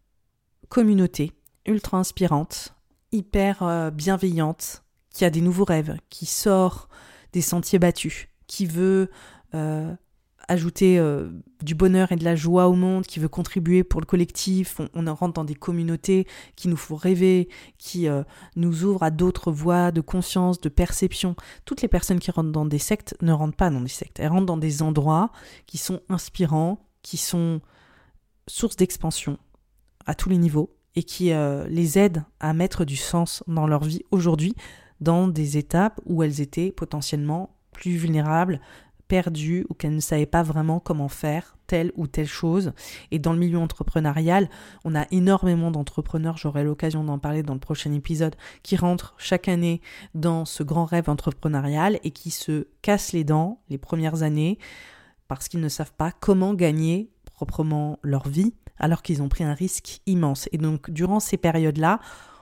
communauté ultra inspirante, hyper euh, bienveillante, qui a des nouveaux rêves, qui sort des sentiers battus, qui veut euh, ajouter euh, du bonheur et de la joie au monde, qui veut contribuer pour le collectif. On, on rentre dans des communautés qui nous font rêver, qui euh, nous ouvrent à d'autres voies de conscience, de perception. Toutes les personnes qui rentrent dans des sectes ne rentrent pas dans des sectes. Elles rentrent dans des endroits qui sont inspirants, qui sont source d'expansion à tous les niveaux et qui euh, les aident à mettre du sens dans leur vie aujourd'hui, dans des étapes où elles étaient potentiellement plus vulnérables, perdues, ou qu'elles ne savaient pas vraiment comment faire telle ou telle chose. Et dans le milieu entrepreneurial, on a énormément d'entrepreneurs, j'aurai l'occasion d'en parler dans le prochain épisode, qui rentrent chaque année dans ce grand rêve entrepreneurial et qui se cassent les dents les premières années parce qu'ils ne savent pas comment gagner proprement leur vie alors qu'ils ont pris un risque immense. Et donc, durant ces périodes-là,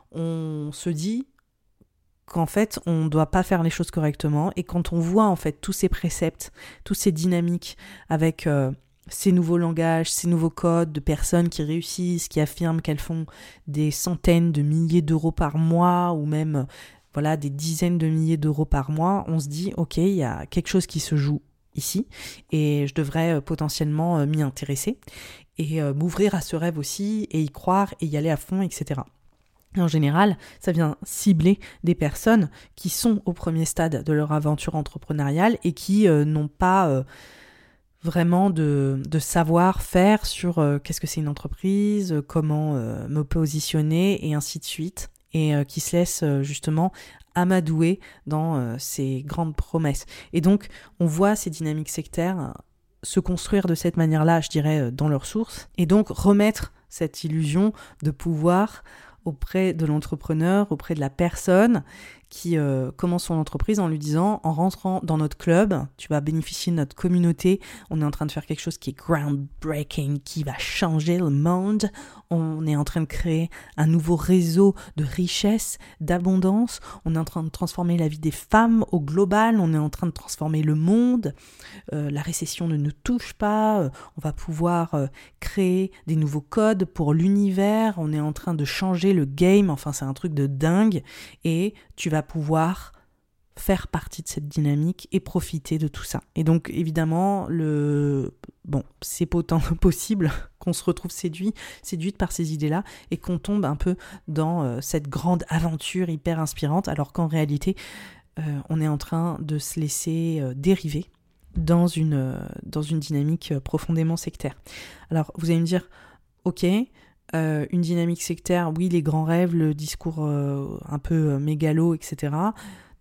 on se dit qu'en fait, on ne doit pas faire les choses correctement. Et quand on voit en fait tous ces préceptes, toutes ces dynamiques avec euh, ces nouveaux langages, ces nouveaux codes de personnes qui réussissent, qui affirment qu'elles font des centaines de milliers d'euros par mois ou même euh, voilà, des dizaines de milliers d'euros par mois, on se dit ok, il y a quelque chose qui se joue ici et je devrais euh, potentiellement euh, m'y intéresser et euh, m'ouvrir à ce rêve aussi et y croire et y aller à fond, et cetera. En général, ça vient cibler des personnes qui sont au premier stade de leur aventure entrepreneuriale et qui euh, n'ont pas euh, vraiment de, de savoir-faire sur euh, qu'est-ce que c'est une entreprise, euh, comment euh, me positionner et ainsi de suite, et euh, qui se laissent euh, justement amadouer dans euh, ces grandes promesses. Et donc, on voit ces dynamiques sectaires euh, se construire de cette manière-là, je dirais, euh, dans leur source, et donc remettre cette illusion de pouvoir auprès de l'entrepreneur, auprès de la personne qui euh, commence son entreprise en lui disant, en rentrant dans notre club, tu vas bénéficier de notre communauté, on est en train de faire quelque chose qui est groundbreaking, qui va changer le monde, on est en train de créer un nouveau réseau de richesse, d'abondance, on est en train de transformer la vie des femmes au global, on est en train de transformer le monde, euh, la récession ne nous touche pas, euh, on va pouvoir euh, créer des nouveaux codes pour l'univers, on est en train de changer le game, enfin c'est un truc de dingue, et tu vas pouvoir faire partie de cette dynamique et profiter de tout ça. Et donc évidemment, le bon, c'est pourtant possible qu'on se retrouve séduit, séduite par ces idées-là et qu'on tombe un peu dans euh, cette grande aventure hyper inspirante, alors qu'en réalité, euh, on est en train de se laisser euh, dériver dans une, euh, dans une dynamique euh, profondément sectaire. Alors vous allez me dire, ok, Euh, une dynamique sectaire, oui, les grands rêves, le discours euh, un peu euh, mégalo, et cetera.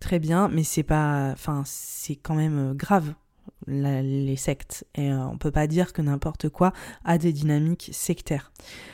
très bien, mais c'est pas, enfin, c'est quand même grave, la, les sectes. Et euh, on peut pas dire que n'importe quoi a des dynamiques sectaires.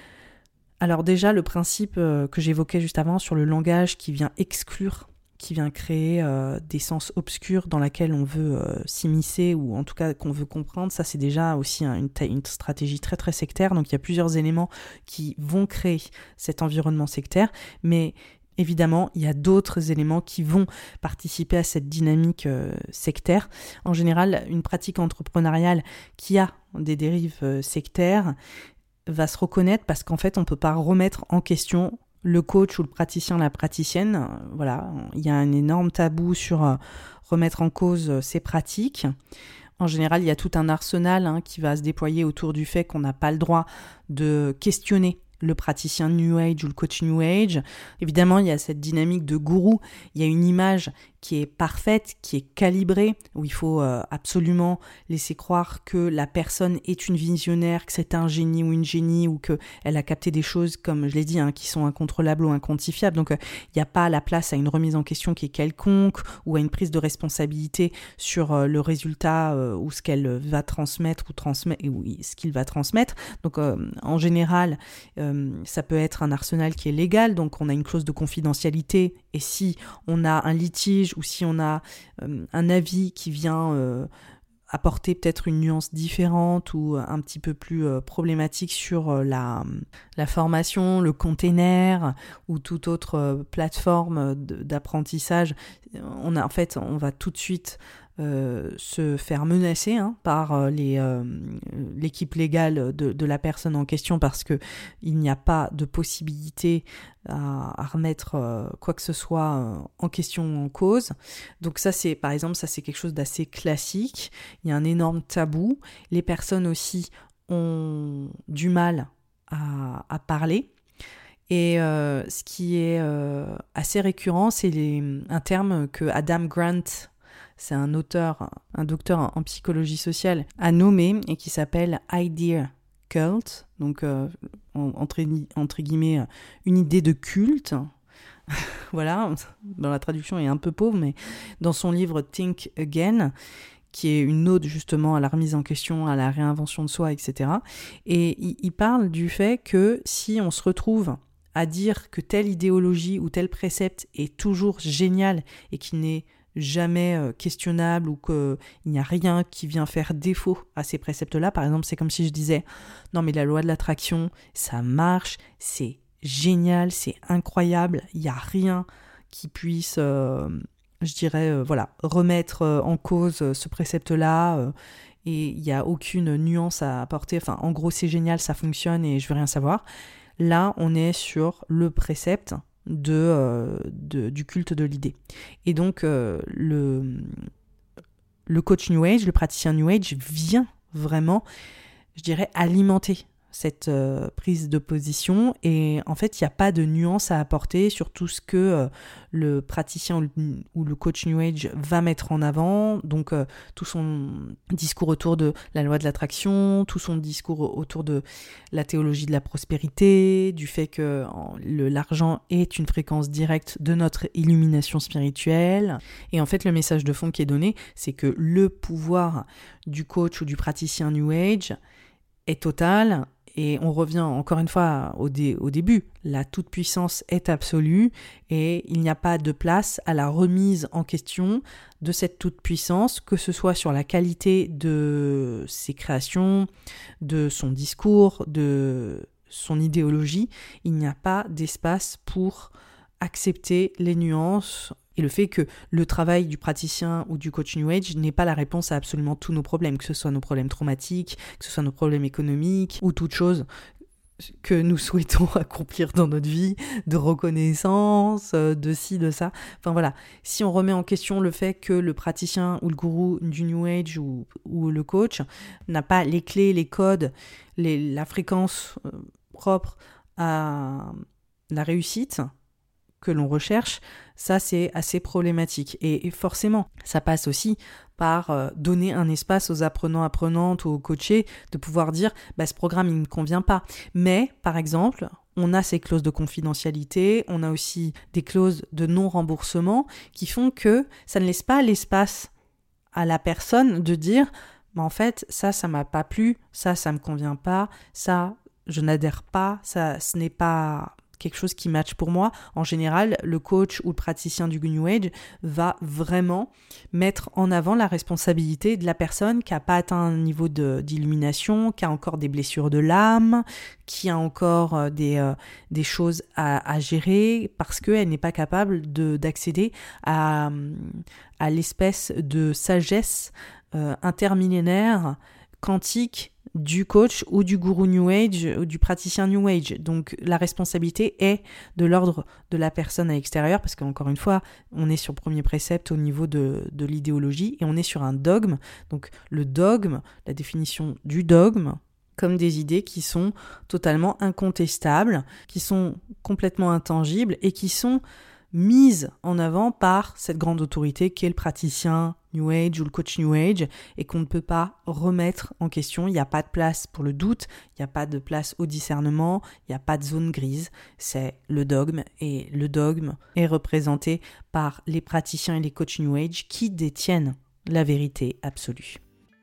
Alors déjà, le principe euh, que j'évoquais juste avant sur le langage qui vient exclure, qui vient créer euh, des sens obscurs dans lesquels on veut euh, s'immiscer ou en tout cas qu'on veut comprendre, ça c'est déjà aussi un, une, une stratégie très très sectaire. Donc il y a plusieurs éléments qui vont créer cet environnement sectaire, mais évidemment il y a d'autres éléments qui vont participer à cette dynamique euh, sectaire. En général, une pratique entrepreneuriale qui a des dérives euh, sectaires va se reconnaître parce qu'en fait on ne peut pas remettre en question le coach ou le praticien, la praticienne. Voilà, il y a un énorme tabou sur euh, remettre en cause euh, ces pratiques. En général, il y a tout un arsenal hein, qui va se déployer autour du fait qu'on n'a pas le droit de questionner le praticien New Age ou le coach New Age. Évidemment, il y a cette dynamique de gourou, il y a une image qui est parfaite, qui est calibrée, où il faut euh, absolument laisser croire que la personne est une visionnaire, que c'est un génie ou une génie, ou qu'elle a capté des choses, comme je l'ai dit, hein, qui sont incontrôlables ou inquantifiables. Donc, euh, il n'y a pas la place à une remise en question qui est quelconque, ou à une prise de responsabilité sur euh, le résultat euh, ou ce qu'elle va transmettre ou, transmet- ou ce qu'il va transmettre. Donc, euh, en général, euh, ça peut être un arsenal qui est légal, donc on a une clause de confidentialité, et si on a un litige ou si on a euh, un avis qui vient euh, apporter peut-être une nuance différente ou un petit peu plus euh, problématique sur euh, la, la formation, le container ou toute autre euh, plateforme d'apprentissage, on a, en fait, on va tout de suite Euh, se faire menacer hein, par euh, les, euh, l'équipe légale de, de la personne en question parce que il n'y a pas de possibilité à, à remettre euh, quoi que ce soit euh, en question ou en cause. Donc ça c'est, par exemple, ça c'est quelque chose d'assez classique. Il y a un énorme tabou. Les personnes aussi ont du mal à, à parler. Et euh, ce qui est euh, assez récurrent, c'est les, un terme que Adam Grant, c'est un auteur, un docteur en psychologie sociale, a nommé et qui s'appelle Idea Cult, donc euh, entre, entre guillemets une idée de culte. Voilà, dans la traduction est un peu pauvre, mais dans son livre Think Again, qui est une ode justement à la remise en question, à la réinvention de soi, et cetera. Et il, il parle du fait que si on se retrouve à dire que telle idéologie ou tel précepte est toujours génial et qu'il n'est jamais euh, questionnable ou qu'il n'y a rien qui vient faire défaut à ces préceptes-là. Par exemple, c'est comme si je disais « Non mais la loi de l'attraction, ça marche, c'est génial, c'est incroyable, il n'y a rien qui puisse, euh, je dirais, euh, voilà, remettre euh, en cause euh, ce précepte-là euh, et il n'y a aucune nuance à apporter. Enfin, en gros, c'est génial, ça fonctionne et je veux rien savoir. » Là, on est sur le précepte De, euh, de, du culte de l'idée. Et donc, euh, le, le coach New Age, le praticien New Age vient vraiment, je dirais, alimenter cette euh, prise de position et en fait, il n'y a pas de nuance à apporter sur tout ce que euh, le praticien ou le, ou le coach New Age va mettre en avant, donc euh, tout son discours autour de la loi de l'attraction, tout son discours autour de la théologie de la prospérité, du fait que le, l'argent est une fréquence directe de notre illumination spirituelle. Et en fait, le message de fond qui est donné, c'est que le pouvoir du coach ou du praticien New Age est total. Et on revient encore une fois au, dé, au début, la toute-puissance est absolue et il n'y a pas de place à la remise en question de cette toute-puissance, que ce soit sur la qualité de ses créations, de son discours, de son idéologie. Il n'y a pas d'espace pour accepter les nuances et le fait que le travail du praticien ou du coach New Age n'est pas la réponse à absolument tous nos problèmes, que ce soit nos problèmes traumatiques, que ce soit nos problèmes économiques ou toute chose que nous souhaitons accomplir dans notre vie, de reconnaissance, de ci, de ça. Enfin voilà, si on remet en question le fait que le praticien ou le gourou du New Age ou, ou le coach n'a pas les clés, les codes, les, la fréquence propre à la réussite, que l'on recherche, ça c'est assez problématique. Et, et forcément, ça passe aussi par euh, donner un espace aux apprenants, apprenantes ou aux coachés de pouvoir dire bah, « ce programme il ne me convient pas ». Mais par exemple, on a ces clauses de confidentialité, on a aussi des clauses de non-remboursement qui font que ça ne laisse pas l'espace à la personne de dire bah, « en fait, ça, ça m'a pas plu, ça, ça me convient pas, ça, je n'adhère pas, ça, ce n'est pas quelque chose qui match pour moi ». En général, le coach ou le praticien du New Age va vraiment mettre en avant la responsabilité de la personne qui n'a pas atteint un niveau de, d'illumination, qui a encore des blessures de l'âme, qui a encore euh, des, euh, des choses à, à gérer parce qu'elle n'est pas capable de, d'accéder à, à l'espèce de sagesse euh, intermillénaire, quantique, du coach ou du gourou New Age ou du praticien New Age. Donc la responsabilité est de l'ordre de la personne à l'extérieur parce qu'encore une fois, on est sur le premier précepte au niveau de, de l'idéologie et on est sur un dogme. Donc le dogme, la définition du dogme, comme des idées qui sont totalement incontestables, qui sont complètement intangibles et qui sont mises en avant par cette grande autorité qu'est le praticien New Age ou le coach New Age et qu'on ne peut pas remettre en question. Il n'y a pas de place pour le doute, il n'y a pas de place au discernement, il n'y a pas de zone grise. C'est le dogme et le dogme est représenté par les praticiens et les coachs New Age qui détiennent la vérité absolue.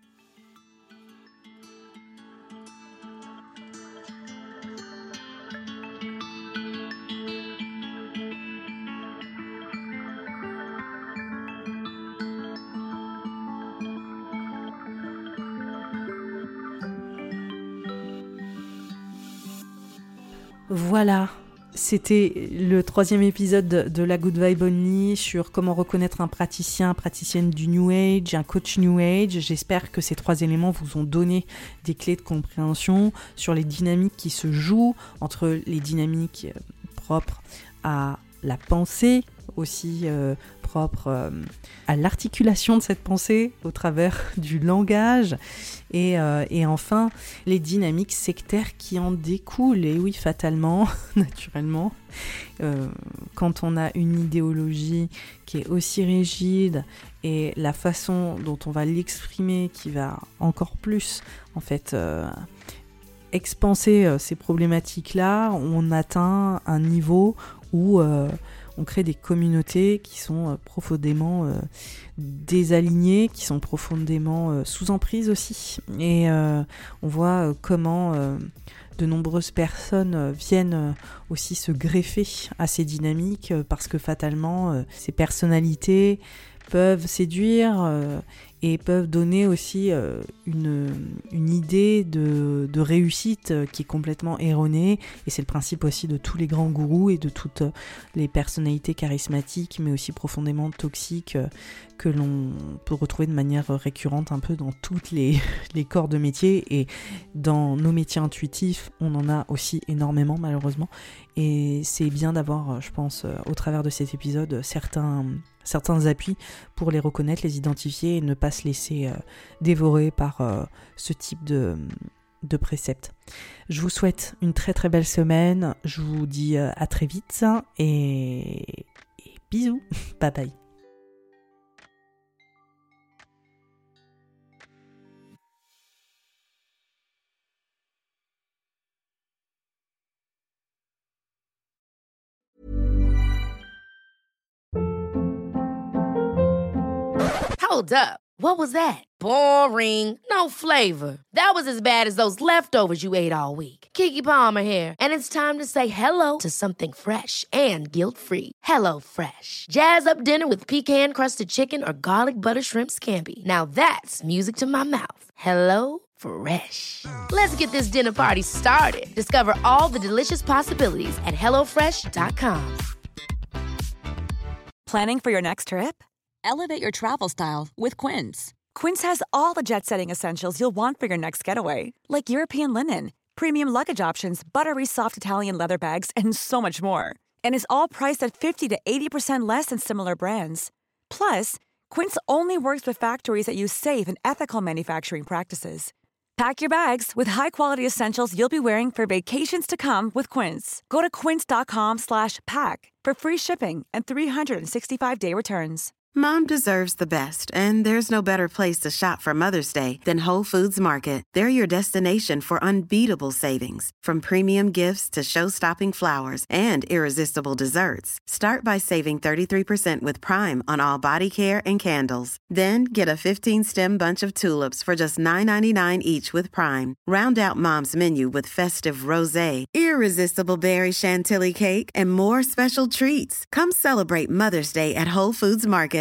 Voilà, c'était le troisième épisode de, de la Good Vibe Only sur comment reconnaître un praticien, praticienne du New Age, un coach New Age. J'espère que ces trois éléments vous ont donné des clés de compréhension sur les dynamiques qui se jouent entre les dynamiques propres à la pensée, aussi euh, propre euh, à l'articulation de cette pensée au travers du langage et, euh, et enfin les dynamiques sectaires qui en découlent. Et oui, fatalement, naturellement, euh, quand on a une idéologie qui est aussi rigide et la façon dont on va l'exprimer qui va encore plus en fait euh, expanser euh, ces problématiques-là, on atteint un niveau où euh, on crée des communautés qui sont euh, profondément euh, désalignées, qui sont profondément euh, sous emprise aussi. Et euh, on voit euh, comment euh, de nombreuses personnes euh, viennent euh, aussi se greffer à ces dynamiques euh, parce que fatalement, euh, ces personnalités peuvent séduire euh, et peuvent donner aussi euh, une, une idée de, de réussite euh, qui est complètement erronée. Et c'est le principe aussi de tous les grands gourous et de toutes les personnalités charismatiques, mais aussi profondément toxiques, euh, que l'on peut retrouver de manière récurrente un peu dans tous les, les corps de métier. Et dans nos métiers intuitifs, on en a aussi énormément, malheureusement. Et c'est bien d'avoir, je pense, au travers de cet épisode, certains... certains appuis pour les reconnaître, les identifier et ne pas se laisser euh, dévorer par euh, ce type de, de préceptes. Je vous souhaite une très très belle semaine, je vous dis euh, à très vite et, et bisous, bye bye. Hold up. What was that? Boring. No flavor. That was as bad as those leftovers you ate all week. Keke Palmer here, and it's time to say hello to something fresh and guilt-free. Hello Fresh. Jazz up dinner with pecan-crusted chicken or garlic butter shrimp scampi. Now that's music to my mouth. Hello Fresh. Let's get this dinner party started. Discover all the delicious possibilities at hello fresh dot com. Planning for your next trip? Elevate your travel style with Quince. Quince has all the jet-setting essentials you'll want for your next getaway, like European linen, premium luggage options, buttery soft Italian leather bags, and so much more. And is all priced at fifty to eighty percent less than similar brands. Plus, Quince only works with factories that use safe and ethical manufacturing practices. Pack your bags with high-quality essentials you'll be wearing for vacations to come with Quince. Go to quince dot com slash pack for for free shipping and three sixty-five day returns. Mom deserves the best, and there's no better place to shop for Mother's Day than Whole Foods Market. They're your destination for unbeatable savings, from premium gifts to show-stopping flowers and irresistible desserts. Start by saving thirty-three percent with Prime on all body care and candles. Then get a fifteen-stem bunch of tulips for just nine ninety-nine each with Prime. Round out Mom's menu with festive rosé, irresistible berry chantilly cake, and more special treats. Come celebrate Mother's Day at Whole Foods Market